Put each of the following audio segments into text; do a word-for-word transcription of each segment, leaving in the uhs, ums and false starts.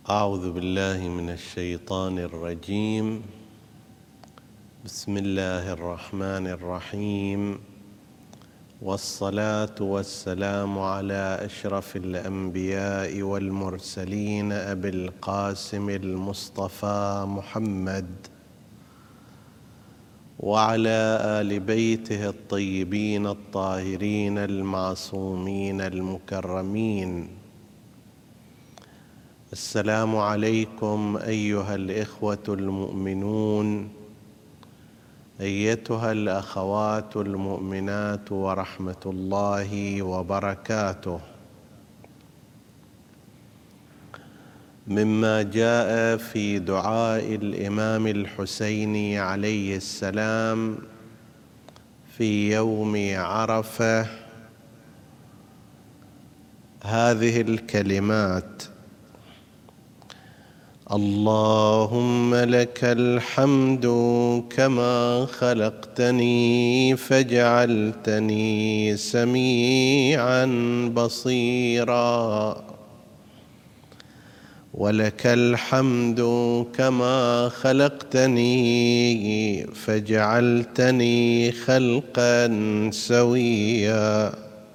أعوذ بالله من الشيطان الرجيم. بسم الله الرحمن الرحيم، والصلاة والسلام على أشرف الأنبياء والمرسلين أبي القاسم المصطفى محمد، وعلى آل بيته الطيبين الطاهرين المعصومين المكرمين. السلام عليكم أيها الإخوة المؤمنون، أيتها الأخوات المؤمنات، ورحمة الله وبركاته. مما جاء في دعاء الإمام الحسين عليه السلام في يوم عرفة هذه الكلمات: اللهم لك الحمد كما خلقتني فجعلتني سميعا بصيرا، ولك الحمد كما خلقتني فجعلتني خلقا سويا،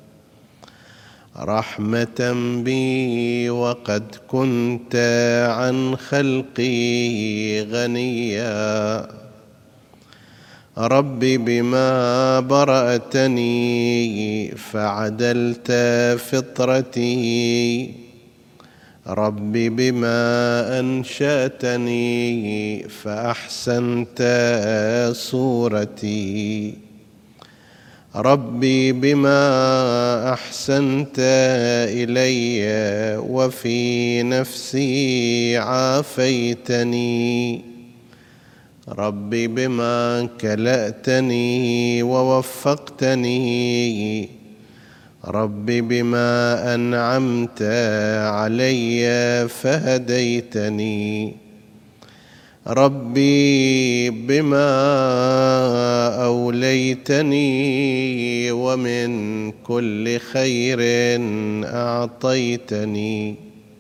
رحمة بي وقد كنت عن خلقي غنيا. رب بما برأتني فعدلت فطرتي، رب بما أنشأتني فأحسنت صورتي، ربي بما أحسنت إلي وفي نفسي عافيتني، ربي بما كلأتني ووفقتني، ربي بما أنعمت علي فهديتني، ربي بما أوليتني ومن كل خير أعطيتني،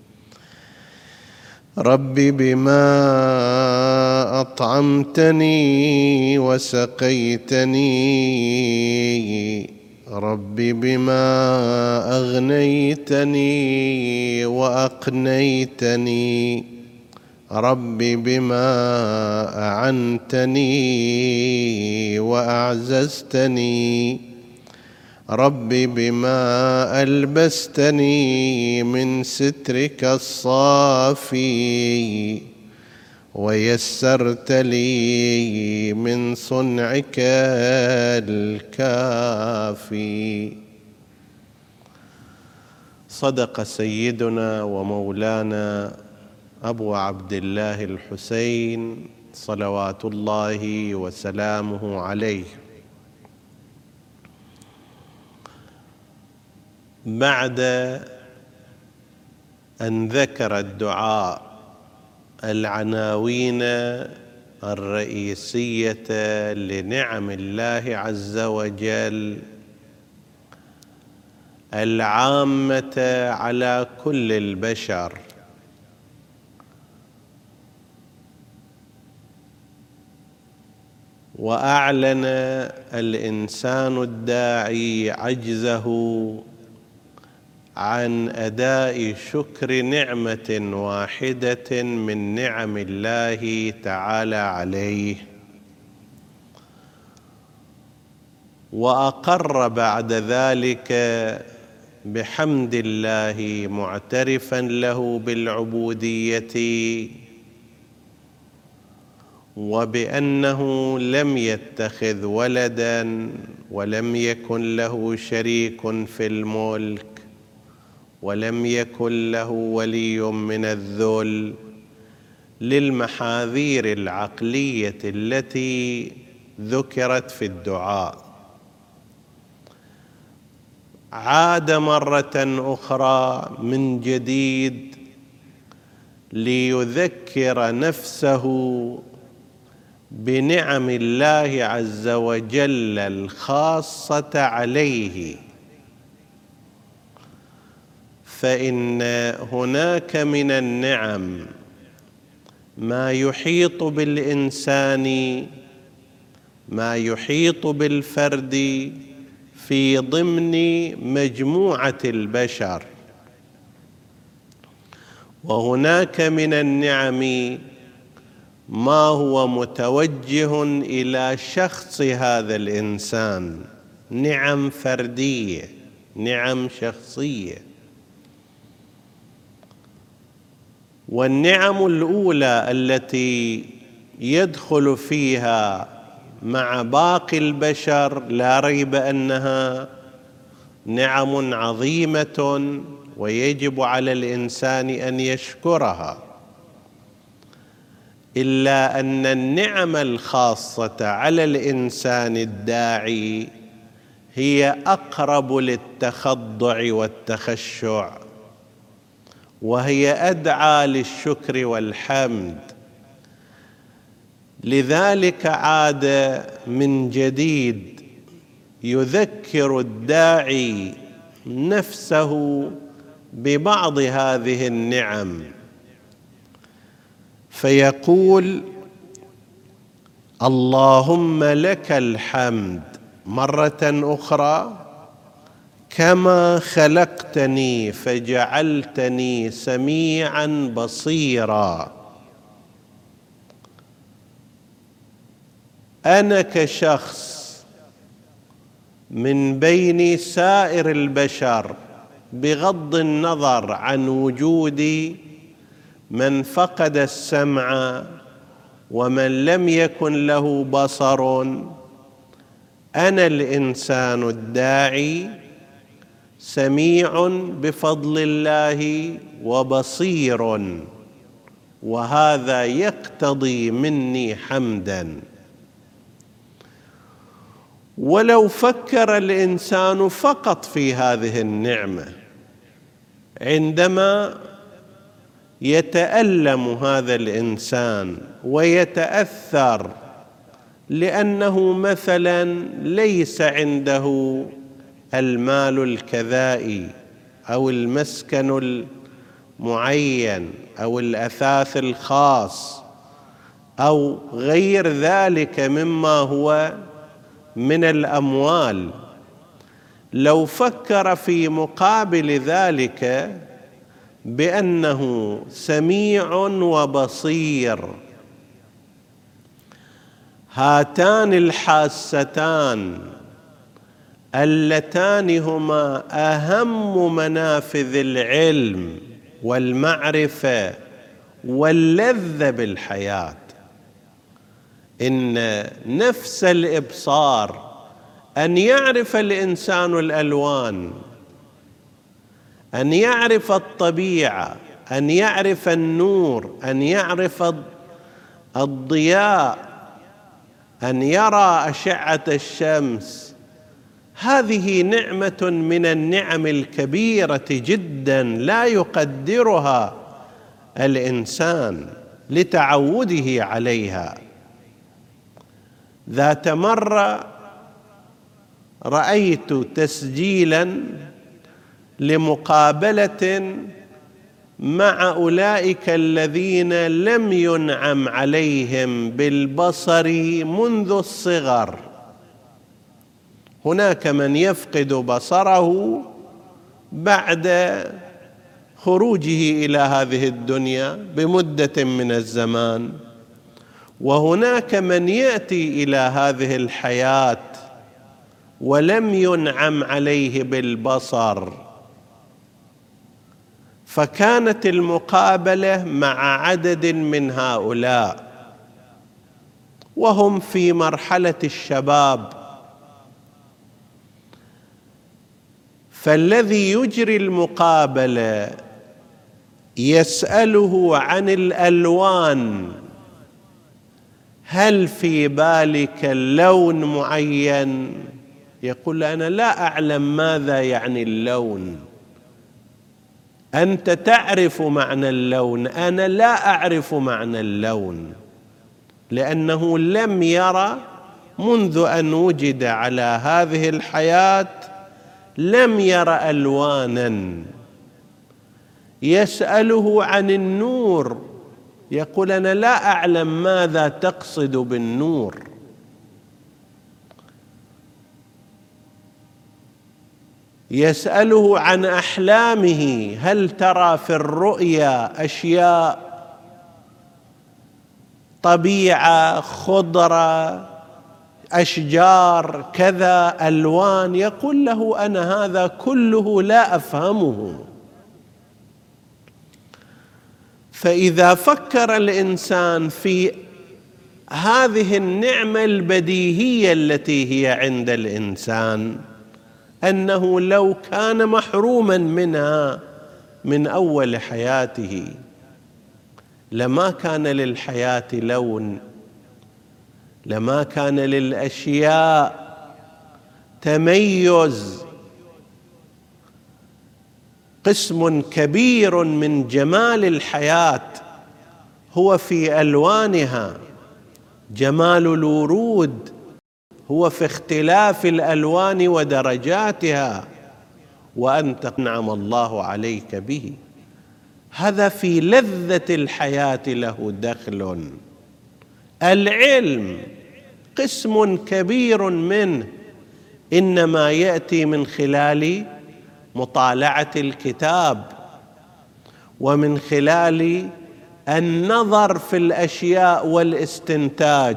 ربي بما أطعمتني وسقيتني، ربي بما أغنيتني وأقنيتني، ربي بما أعنتني وأعززتني، ربي بما ألبستني من سترك الصافي ويسرت لي من صنعك الكافي. صدق سيدنا ومولانا أبو عبد الله الحسين صلوات الله وسلامه عليه. بعد أن ذكر الدعاء العناوين الرئيسية لنعم الله عز وجل العامة على كل البشر، وأعلن الإنسان الداعي عجزه عن أداء شكر نعمة واحدة من نعم الله تعالى عليه، وأقر بعد ذلك بحمد الله معترفا له بالعبودية، وبأنه لم يتخذ ولدا ولم يكن له شريك في الملك ولم يكن له ولي من الذل، للمحاذير العقلية التي ذكرت في الدعاء. عاد مرة أخرى من جديد ليذكر نفسه بنعم الله عز وجل الخاصة عليه، فإن هناك من النعم ما يحيط بالإنسان، ما يحيط بالفرد في ضمن مجموعة البشر، وهناك من النعم ما هو متوجه إلى شخص هذا الإنسان، نعم فردية، نعم شخصية. والنعم الأولى التي يدخل فيها مع باقي البشر لا ريب أنها نعم عظيمة ويجب على الإنسان أن يشكرها، إلا أن النعم الخاصة على الإنسان الداعي هي أقرب للتخضع والتخشع، وهي أدعى للشكر والحمد. لذلك عاد من جديد يذكر الداعي نفسه ببعض هذه النعم، فيقول: اللهم لك الحمد مرة أخرى، كما خلقتني فجعلتني سميعا بصيرا. أنا كشخص من بين سائر البشر، بغض النظر عن وجود من فقد السمع ومن لم يكن له بصر، أنا الإنسان الداعي سميع بفضل الله وبصير، وهذا يقتضي مني حمدا. ولو فكر الإنسان فقط في هذه النعمة عندما يتألم هذا الإنسان ويتأثر لأنه مثلا ليس عنده المال الكذائي أو المسكن المعين أو الأثاث الخاص أو غير ذلك مما هو من الأموال، لو فكر في مقابل ذلك بأنه سميع وبصير، هاتان الحاستان اللتان هما أهم منافذ العلم والمعرفة واللذة بالحياة، إن نفس الإبصار، أن يعرف الإنسان الألوان، أن يعرف الطبيعة، أن يعرف النور، أن يعرف الضياء، أن يرى أشعة الشمس، هذه نعمة من النعم الكبيرة جدا لا يقدرها الإنسان لتعوده عليها. ذات مرة رأيت تسجيلا لمقابلة مع أولئك الذين لم ينعم عليهم بالبصر منذ الصغر. هناك من يفقد بصره بعد خروجه إلى هذه الدنيا بمدة من الزمان، وهناك من يأتي إلى هذه الحياة ولم ينعم عليه بالبصر. فكانت المقابلة مع عدد من هؤلاء وهم في مرحلة الشباب، فالذي يجري المقابلة يسأله عن الألوان: هل في بالك اللون معين؟ يقول: أنا لا أعلم ماذا يعني اللون. أنت تعرف معنى اللون، أنا لا أعرف معنى اللون، لأنه لم يرى منذ أن وجد على هذه الحياة، لم ير ألوانا يسأله عن النور يقول أنا لا أعلم ماذا تقصد بالنور. يسأله عن أحلامه، هل ترى في الرؤيا أشياء طبيعة، خضرة، أشجار، كذا، ألوان؟ يقول له أنا هذا كله لا أفهمه. فإذا فكر الإنسان في هذه النعمة البديهية التي هي عند الإنسان، أنه لو كان محروما منها من أول حياته لما كان للحياة لون، لما كان للأشياء تميز. قسم كبير من جمال الحياة هو في ألوانها، جمال الورود هو في اختلاف الألوان ودرجاتها، وأنت نعم الله عليك به. هذا في لذة الحياة له دخل. العلم قسم كبير منه إنما يأتي من خلال مطالعة الكتاب ومن خلال النظر في الأشياء والاستنتاج.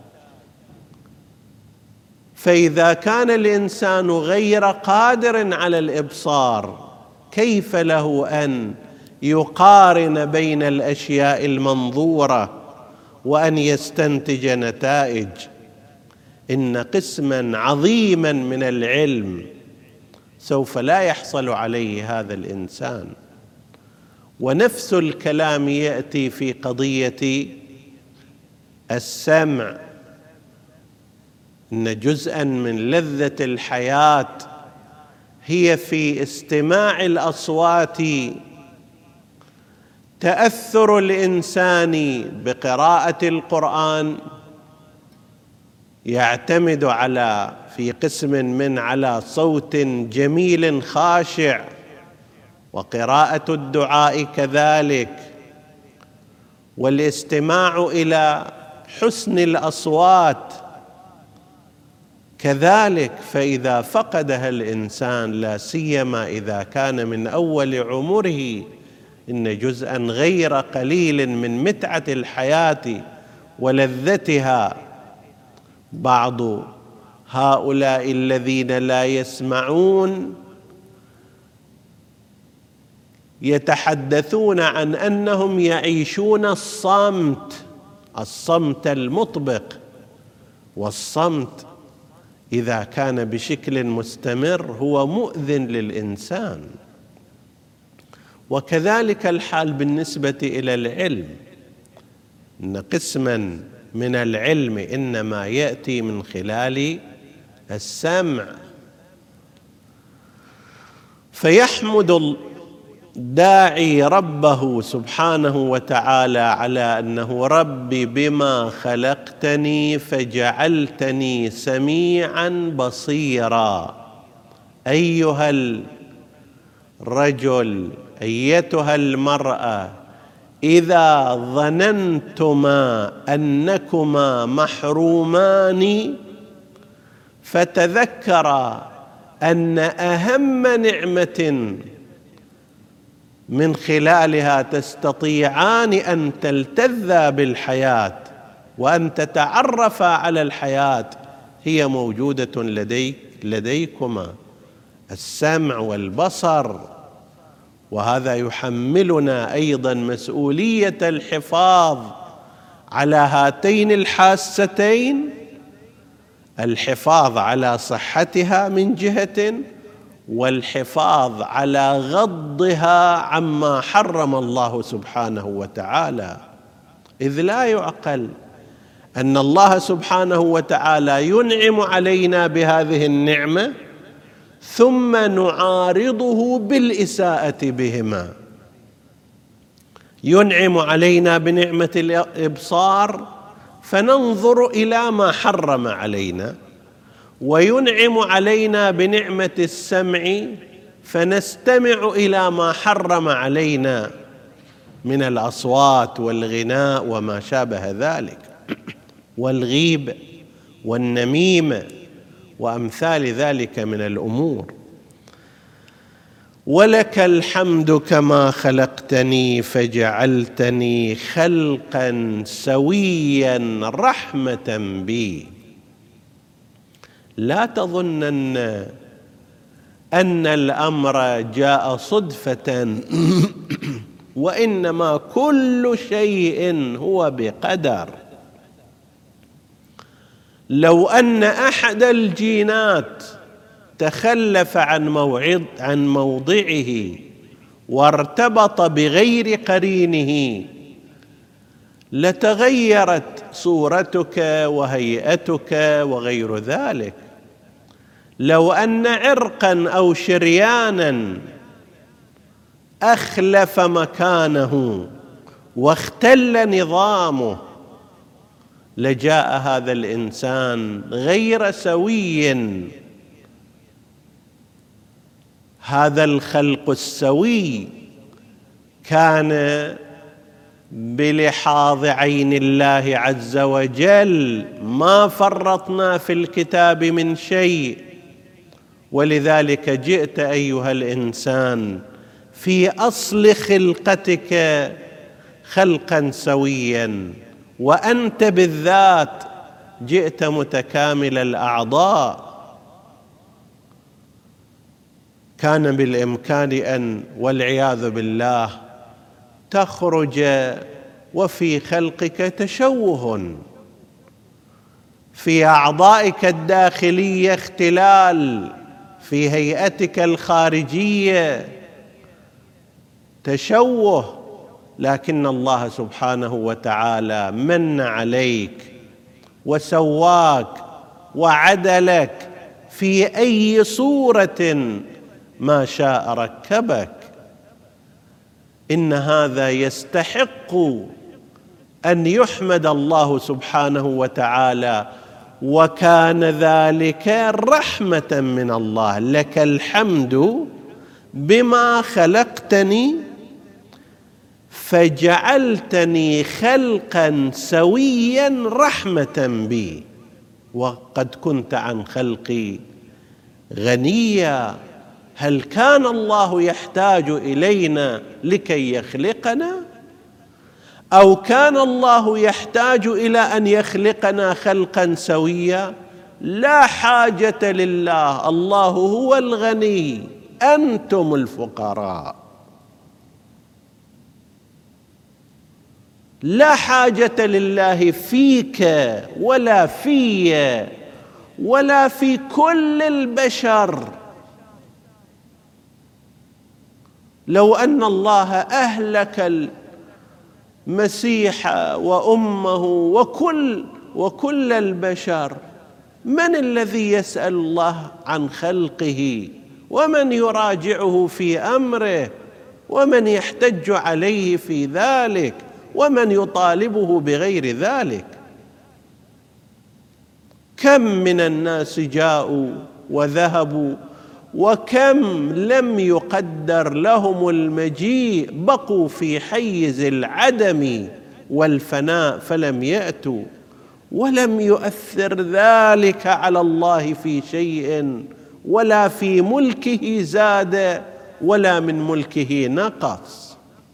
فإذا كان الإنسان غير قادر على الإبصار، كيف له أن يقارن بين الأشياء المنظورة وأن يستنتج نتائج؟ إن قسما عظيما من العلم سوف لا يحصل عليه هذا الإنسان. ونفس الكلام يأتي في قضية السمع، إن جزءا من لذة الحياة هي في استماع الأصوات. تأثر الإنسان بقراءة القرآن يعتمد على في قسم من على صوت جميل خاشع، وقراءة الدعاء كذلك، والاستماع إلى حسن الأصوات كذلك. فإذا فقدها الإنسان، لا سيما إذا كان من أول عمره، إن جزءا غير قليل من متعة الحياة ولذتها. بعض هؤلاء الذين لا يسمعون يتحدثون عن أنهم يعيشون الصمت، الصمت المطبق. والصمت إذا كان بشكل مستمر هو مؤذن للإنسان. وكذلك الحال بالنسبة إلى العلم، إن قسما من العلم إنما يأتي من خلال السمع. فيحمد الداعي ربه سبحانه وتعالى على أنه ربي بما خلقتني فجعلتني سميعا بصيرا. أيها الرجل، أيتها المرأة، إذا ظننتما أنكما محرومان فتذكرا أن أهم نعمة من خلالها تستطيعان أن تلتذا بالحياة وأن تتعرفا على الحياة هي موجودة لديك لديكما، السمع والبصر. وهذا يحملنا أيضا مسؤولية الحفاظ على هاتين الحاستين، الحفاظ على صحتها من جهة، والحفاظ على غضها عما حرم الله سبحانه وتعالى. إذ لا يعقل أن الله سبحانه وتعالى ينعم علينا بهذه النعمة ثم نعارضه بالإساءة بهما. ينعم علينا بنعمة الإبصار فننظر إلى ما حرم علينا، وينعم علينا بنعمة السمع فنستمع إلى ما حرم علينا من الأصوات والغناء وما شابه ذلك، والغيبة والنميمة وأمثال ذلك من الأمور. ولك الحمد كما خلقتني فجعلتني خلقا سويا رحمة بي. لا تظنن أن الأمر جاء صدفة، وإنما كل شيء هو بقدر. لو أن أحد الجينات تخلف عن موعد عن موضعه وارتبط بغير قرينه لتغيرت صورتك وهيئتك وغير ذلك. لو أن عرقا أو شريانا أخلف مكانه واختل نظامه لجاء هذا الإنسان غير سوي. هذا الخلق السوي كان بلحاظ عين الله عز وجل، ما فرطنا في الكتاب من شيء. ولذلك جئت أيها الإنسان في أصل خلقتك خلقا سويا، وأنت بالذات جئت متكامل الأعضاء. كان بالإمكان أن والعياذ بالله تخرج وفي خلقك تشوه، في أعضائك الداخلية اختلال، في هيئتك الخارجية تشوه، لكن الله سبحانه وتعالى من عليك وسواك وعدلك في أي صورة ما شاء ركبك. إن هذا يستحق أن يحمد الله سبحانه وتعالى، وكان ذلك رحمة من الله. لك الحمد بما خلقتني فجعلتني خلقا سويا رحمة بي، وقد كنت عن خلقي غنيا. هل كان الله يحتاج إلينا لكي يخلقنا؟ أو كان الله يحتاج إلى أن يخلقنا خلقا سويا؟ لا حاجة لله، الله هو الغني، أنتم الفقراء. لا حاجة لله فيك ولا في ولا في كل البشر. لو أن الله أهلك المسيح وأمه وكل وكل البشر، من الذي يسأل الله عن خلقه؟ ومن يراجعه في أمره؟ ومن يحتج عليه في ذلك؟ ومن يطالبه بغير ذلك؟ كم من الناس جاءوا وذهبوا، وكم لم يقدر لهم المجيء، بقوا في حيز العدم والفناء فلم يأتوا، ولم يؤثر ذلك على الله في شيء، ولا في ملكه زاد ولا من ملكه نقص.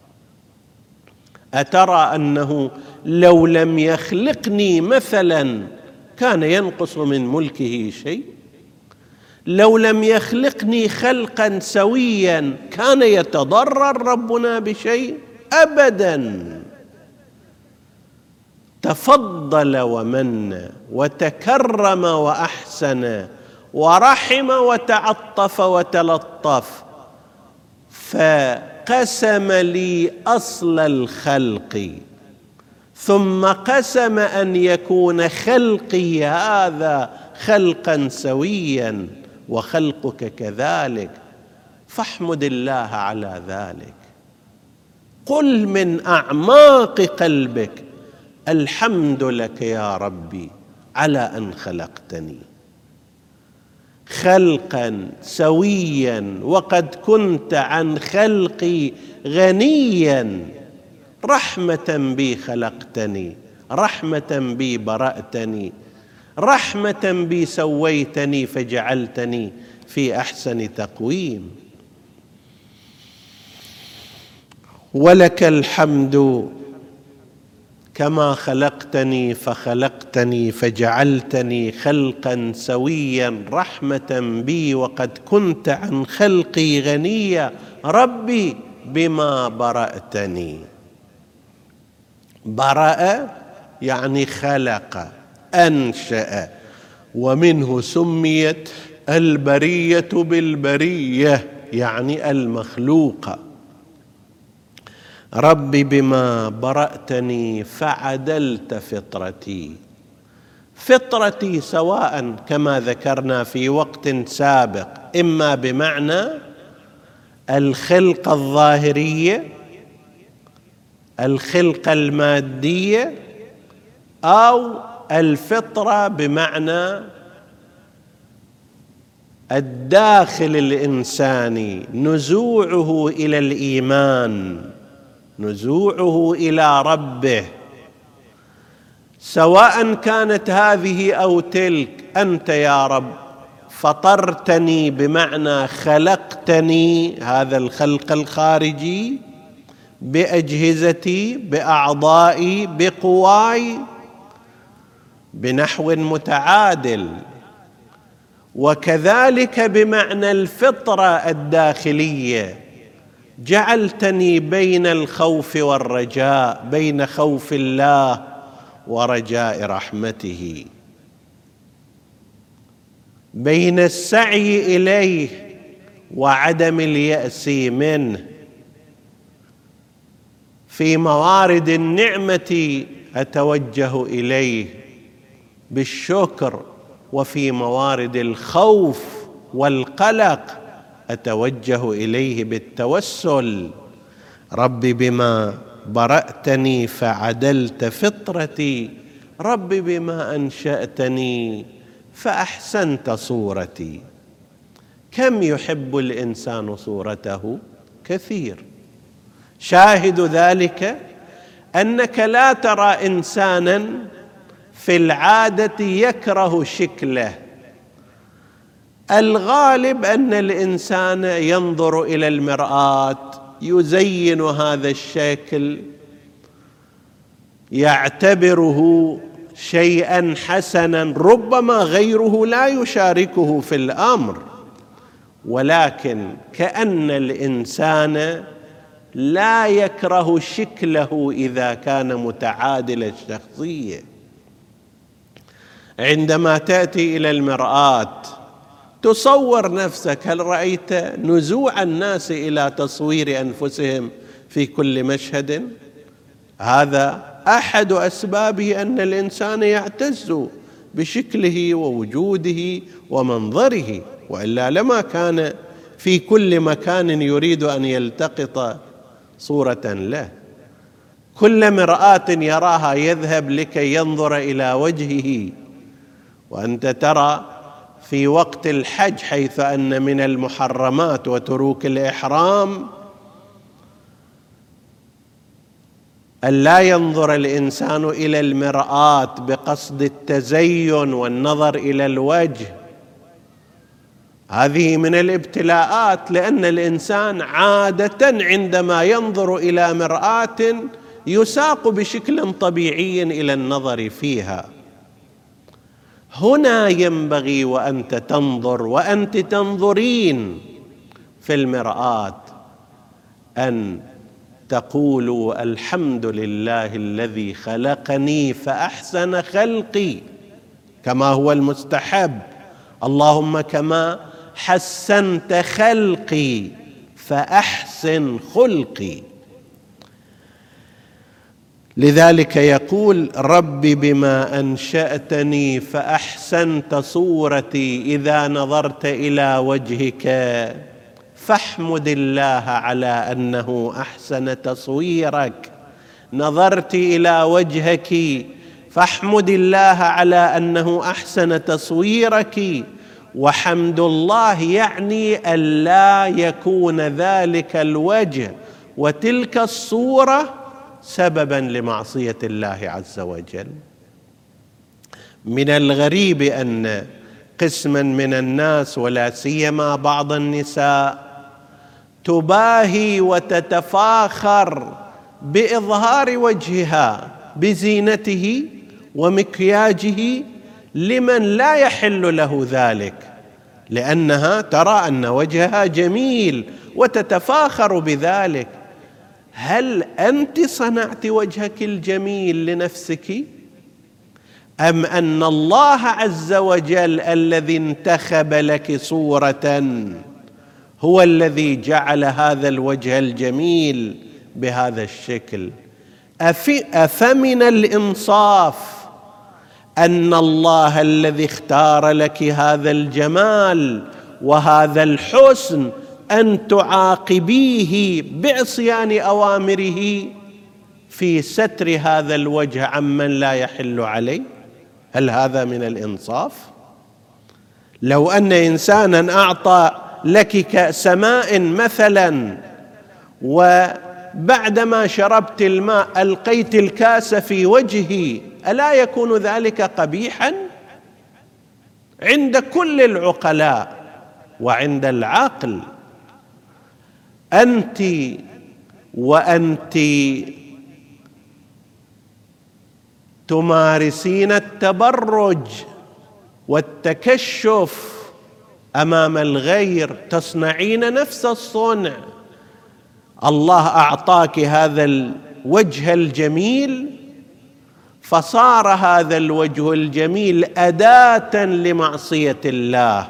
أترى أنه لو لم يخلقني مثلا كان ينقص من ملكه شيء؟ لو لم يخلقني خلقا سويا كان يتضرر ربنا بشيء؟ أبدا. تفضل ومن وتكرم وأحسن ورحم وتعطف وتلطف، فقسم لي أصل الخلق، ثم قسم أن يكون خلقي هذا خلقا سويا وخلقك كذلك، فاحمد الله على ذلك. قل من أعماق قلبك الحمد لك يا ربي على أن خلقتني. خلقا سويا وقد كنت عن خلقي غنيا، رحمة بي خلقتني، رحمة بي برأتني، رحمة بي سويتني فجعلتني في أحسن تقويم. ولك الحمد كما خلقتني فخلقتني فجعلتني خلقا سويا، رحمة بي وقد كنت عن خلقي غنيا، ربي بما برأتني. برأ يعني خلق، أنشأ، ومنه سميت البرية بالبرية يعني المخلوقة. رب بما برأتني فعدلت فطرتي. فطرتي سواء كما ذكرنا في وقت سابق، إما بمعنى الخلقة الظاهرية، الخلقة المادية، أو الفطرة بمعنى الداخل الإنساني، نزوعه إلى الإيمان، نزوعه إلى ربه. سواء كانت هذه أو تلك، أنت يا رب فطرتني بمعنى خلقتني، هذا الخلق الخارجي، بأجهزتي، بأعضائي، بقواي، بنحو متعادل. وكذلك بمعنى الفطرة الداخلية، جعلتني بين الخوف والرجاء، بين خوف الله ورجاء رحمته، بين السعي إليه وعدم اليأس منه. في موارد النعمة أتوجه إليه بالشكر، وفي موارد الخوف والقلق أتوجه إليه بالتوسل. رب بما برأتني فعدلت فطرتي، رب بما أنشأتني فأحسنت صورتي. كم يحب الإنسان صورته؟ كثير. شاهد ذلك أنك لا ترى إنسانا في العادة يكره شكله. الغالب أن الإنسان ينظر إلى المرآة، يزين هذا الشكل، يعتبره شيئا حسنا، ربما غيره لا يشاركه في الأمر، ولكن كأن الإنسان لا يكره شكله إذا كان متعادل الشخصية. عندما تأتي إلى المرآة تصور نفسك، هل رأيت نزوع الناس إلى تصوير أنفسهم في كل مشهد؟ هذا أحد أسبابه أن الإنسان يعتز بشكله ووجوده ومنظره، وإلا لما كان في كل مكان يريد أن يلتقط صورة له. كل مرآة يراها يذهب لكي ينظر إلى وجهه. وأنت ترى في وقت الحج، حيث أن من المحرمات وتروك الإحرام أن لا ينظر الإنسان إلى المرآة بقصد التزين والنظر إلى الوجه. هذه من الابتلاءات، لأن الإنسان عادة عندما ينظر إلى مرآة يساق بشكل طبيعي إلى النظر فيها. هنا ينبغي وأنت تنظر وأنت تنظرين في المرآة أن تقولوا الحمد لله الذي خلقني فأحسن خلقي، كما هو المستحب. اللهم كما حسنت خلقي فأحسن خلقي. لذلك يقول رب بما أنشأتني فأحسنت صورتي، إذا نظرت إلى وجهك فاحمد الله على أنه أحسن تصويرك. نظرت إلى وجهك فاحمد الله على أنه أحسن تصويرك. وحمد الله يعني ألا يكون ذلك الوجه وتلك الصورة سببا لمعصية الله عز وجل. من الغريب أن قسما من الناس ولا سيما بعض النساء تباهي وتتفاخر بإظهار وجهها بزينته ومكياجه لمن لا يحل له ذلك، لأنها ترى أن وجهها جميل وتتفاخر بذلك. هل أنت صنعت وجهك الجميل لنفسك، أم أن الله عز وجل الذي انتخب لك صورة هو الذي جعل هذا الوجه الجميل بهذا الشكل؟ أفمن الإنصاف أن الله الذي اختار لك هذا الجمال وهذا الحسن أن تعاقبيه بعصيان أوامره في ستر هذا الوجه عمن لا يحل عليه؟ هل هذا من الإنصاف؟ لو أن إنسانا أعطى لك كأس ماء مثلا وبعدما شربت الماء ألقيت الكاس في وجهي، ألا يكون ذلك قبيحا؟ عند كل العقلاء وعند العقل أنت وأنت تمارسين التبرج والتكشف أمام الغير، تصنعين نفس الصنع. الله أعطاك هذا الوجه الجميل فصار هذا الوجه الجميل أداة لمعصية الله،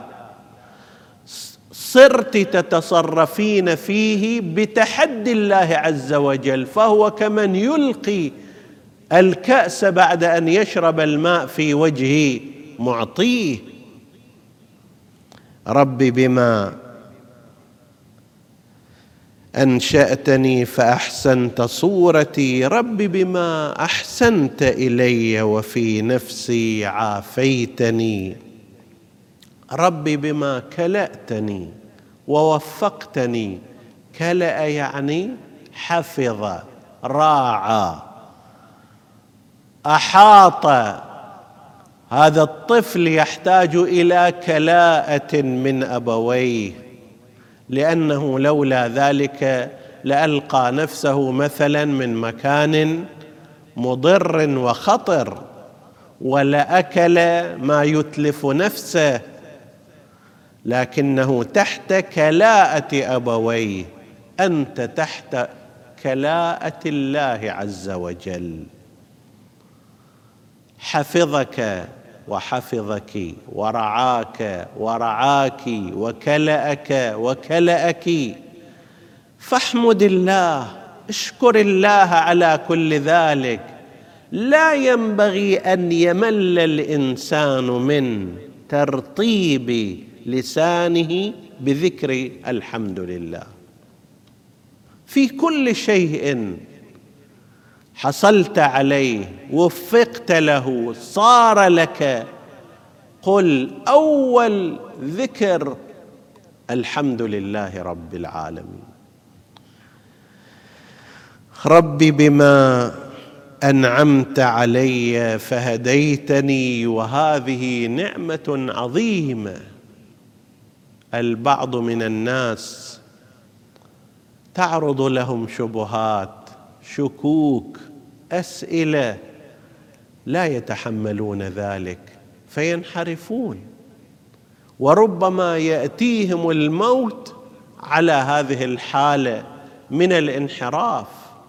صرت تتصرفين فيه بتحدي الله عز وجل، فهو كمن يلقي الكأس بعد أن يشرب الماء في وجه معطيه. ربي بما أنشأتني فأحسنت صورتي، ربي بما أحسنت إلي وفي نفسي عافيتني، ربي بما كلأتني ووفقتني. كلأ يعني حفظ، راعى، أحاط. هذا الطفل يحتاج إلى كلاءة من أبويه، لأنه لولا ذلك لألقى نفسه مثلا من مكان مضر وخطر، ولأكل ما يتلف نفسه، لكنه تحت كلاءة أبويه. أنت تحت كلاءة الله عز وجل، حفظك وحفظك ورعاك ورعاك وكلأك وكلأك، فاحمد الله، اشكر الله على كل ذلك. لا ينبغي أن يمل الإنسان من ترطيب لسانه بذكر الحمد لله في كل شيء حصلت عليه، وفقت له، صار لك، قل أول ذكر الحمد لله رب العالمين. ربي بما أنعمت علي فهديتني، وهذه نعمة عظيمة. البعض من الناس تعرض لهم شبهات، شكوك، أسئلة، لا يتحملون ذلك فينحرفون، وربما يأتيهم الموت على هذه الحالة من الانحراف،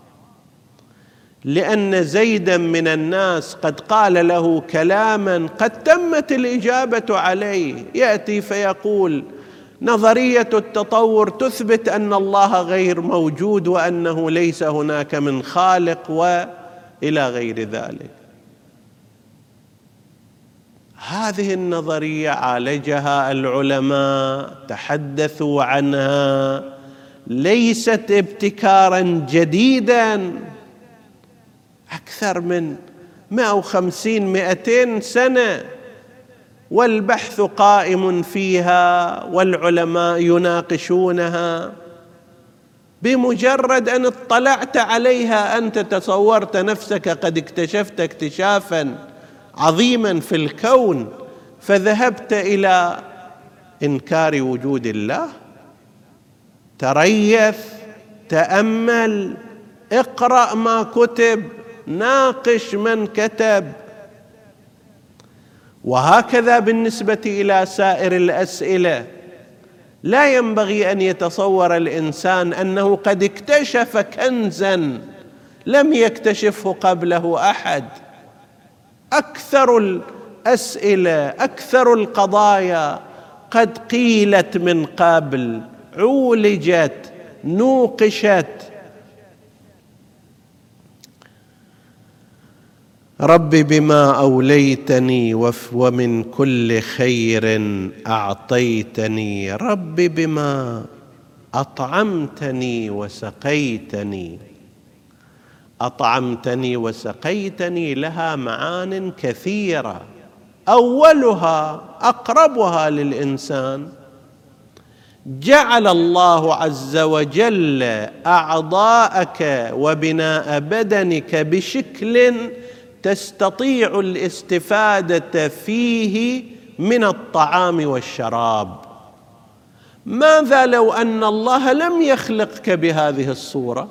لأن زيدا من الناس قد قال له كلاما قد تمت الإجابة عليه. يأتي فيقول نظرية التطور تثبت أن الله غير موجود وأنه ليس هناك من خالق وإلى غير ذلك. هذه النظرية عالجها العلماء، تحدثوا عنها، ليست ابتكارا جديدا، أكثر من مئة وخمسين مئتين سنة والبحث قائم فيها والعلماء يناقشونها. بمجرد أن اطلعت عليها أنت تصورت نفسك قد اكتشفت اكتشافا عظيما في الكون، فذهبت إلى إنكار وجود الله. تريث، تأمل، اقرأ ما كتب، ناقش من كتب. وهكذا بالنسبة إلى سائر الأسئلة، لا ينبغي أن يتصور الإنسان أنه قد اكتشف كنزا لم يكتشفه قبله أحد. أكثر الأسئلة، أكثر القضايا قد قيلت من قبل، عولجت، نوقشت. رب بما أوليتني ومن كل خير أعطيتني، رب بما أطعمتني وسقيتني. أطعمتني وسقيتني لها معان كثيرة، أولها أقربها للإنسان: جعل الله عز وجل أعضاءك وبناء بدنك بشكل تستطيع الاستفادة فيه من الطعام والشراب. ماذا لو أن الله لم يخلقك بهذه الصورة؟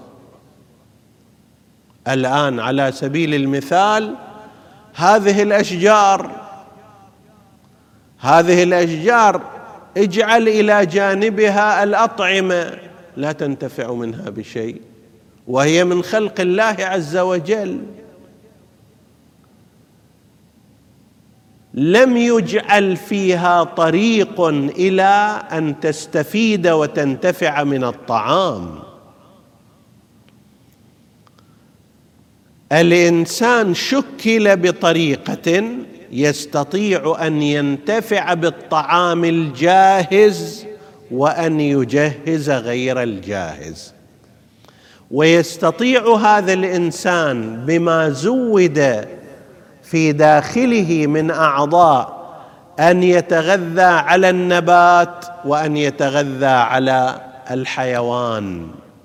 الآن على سبيل المثال، هذه الأشجار هذه الأشجار اجعل إلى جانبها الأطعمة، لا تنتفع منها بشيء، وهي من خلق الله عز وجل. لم يجعل فيها طريق إلى أن تستفيد وتنتفع من الطعام. الإنسان شكل بطريقة يستطيع أن ينتفع بالطعام الجاهز وأن يجهز غير الجاهز، ويستطيع هذا الإنسان بما زود في داخله من أعضاء أن يتغذى على النبات وأن يتغذى على الحيوان.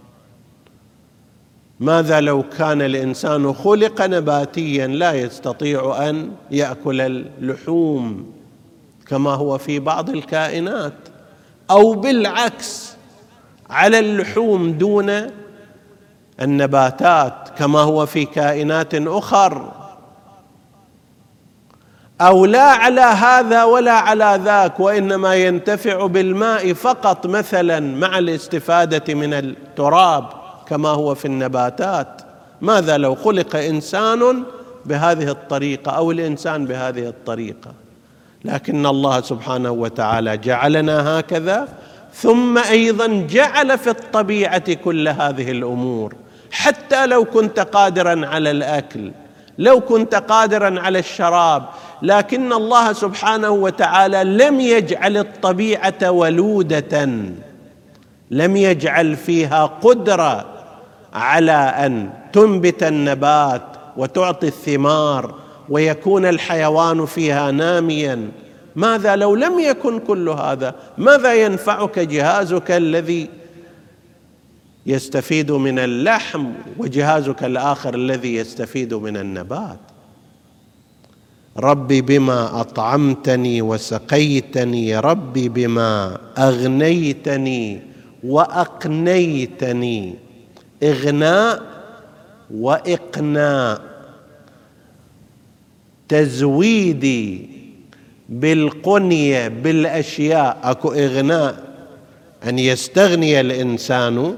ماذا لو كان الإنسان خلق نباتيا لا يستطيع أن يأكل اللحوم كما هو في بعض الكائنات، أو بالعكس على اللحوم دون النباتات كما هو في كائنات أخرى، أو لا على هذا ولا على ذاك، وإنما ينتفع بالماء فقط مثلا مع الاستفادة من التراب كما هو في النباتات. ماذا لو خلق إنسان بهذه الطريقة أو الإنسان بهذه الطريقة؟ لكن الله سبحانه وتعالى جعلنا هكذا، ثم أيضا جعل في الطبيعة كل هذه الأمور. حتى لو كنت قادرا على الأكل، لو كنت قادرا على الشراب، لكن الله سبحانه وتعالى لم يجعل الطبيعة ولودة، لم يجعل فيها قدرة على أن تنبت النبات وتعطي الثمار ويكون الحيوان فيها ناميا. ماذا لو لم يكن كل هذا؟ ماذا ينفعك جهازك الذي يستفيد من اللحم وجهازك الآخر الذي يستفيد من النبات؟ ربي بما أطعمتني وسقيتني، ربي بما أغنيتني وأقنيتني. إغناء وإقناء، تزويدي بالقنية بالأشياء. أكو إغناء أن يستغني الإنسان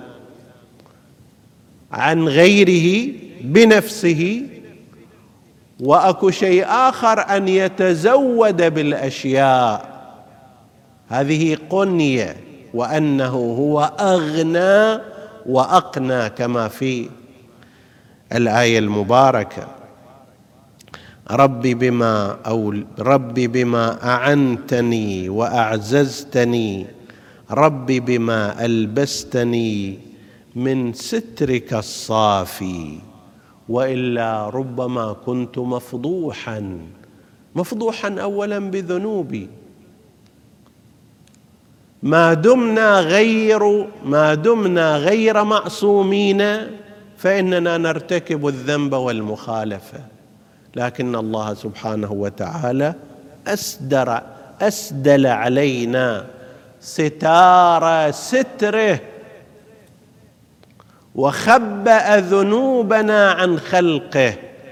عن غيره بنفسه، وأكو شيء آخر أن يتزود بالأشياء، هذه قنية، وأنه هو أغنى وأقنى كما في الآية المباركة. ربي بما أو ربي بما أعنتني وأعززتني، ربي بما ألبستني من سترك الصافي، وإلا ربما كنت مفضوحا مفضوحا أولا بذنوبي. ما دمنا غير ما دمنا غير معصومين فإننا نرتكب الذنب والمخالفة، لكن الله سبحانه وتعالى أسدر أسدل علينا ستار ستره وخبأ ذنوبنا عن خلقه.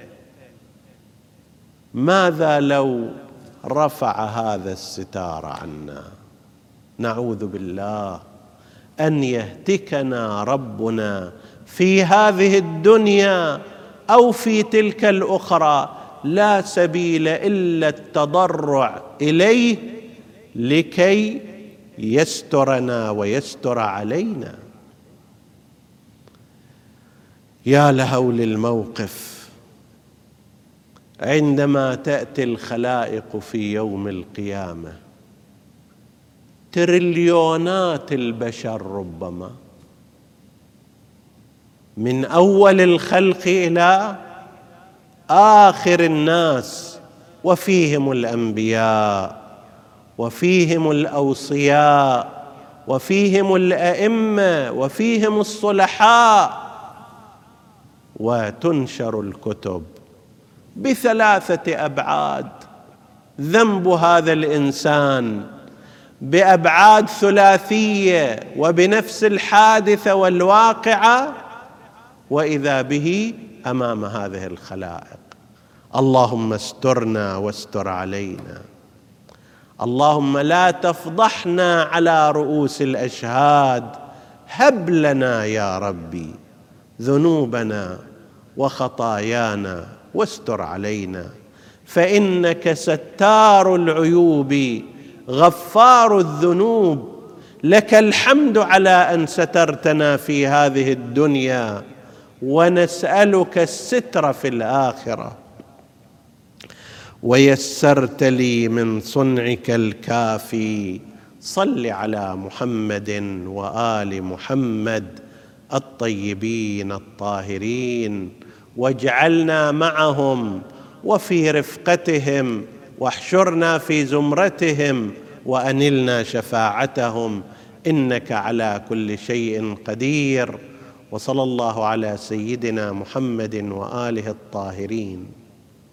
ماذا لو رفع هذا الستار عنا؟ نعوذ بالله أن يهتكنا ربنا في هذه الدنيا أو في تلك الأخرى، لا سبيل إلا التضرع إليه لكي يسترنا ويستر علينا. يا لهول الموقف عندما تأتي الخلائق في يوم القيامة، تريليونات البشر ربما، من أول الخلق إلى آخر الناس، وفيهم الأنبياء وفيهم الأوصياء وفيهم الأئمة وفيهم الصلحاء، وتنشر الكتب بثلاثة أبعاد: ذنب هذا الإنسان بأبعاد ثلاثية وبنفس الحادثة والواقعة، وإذا به أمام هذه الخلائق. اللهم استرنا واستر علينا، اللهم لا تفضحنا على رؤوس الأشهاد، هب لنا يا ربي ذنوبنا وخطايانا واستر علينا، فإنك ستار العيوب غفار الذنوب، لك الحمد على أن سترتنا في هذه الدنيا، ونسألك الستر في الآخرة. ويسرت لي من صنعك الكافي. صل على محمد وآل محمد الطيبين الطاهرين، واجعلنا معهم وفي رفقتهم، واحشرنا في زمرتهم، وأنلنا شفاعتهم، إنك على كل شيء قدير. وصلى الله على سيدنا محمد وآله الطاهرين.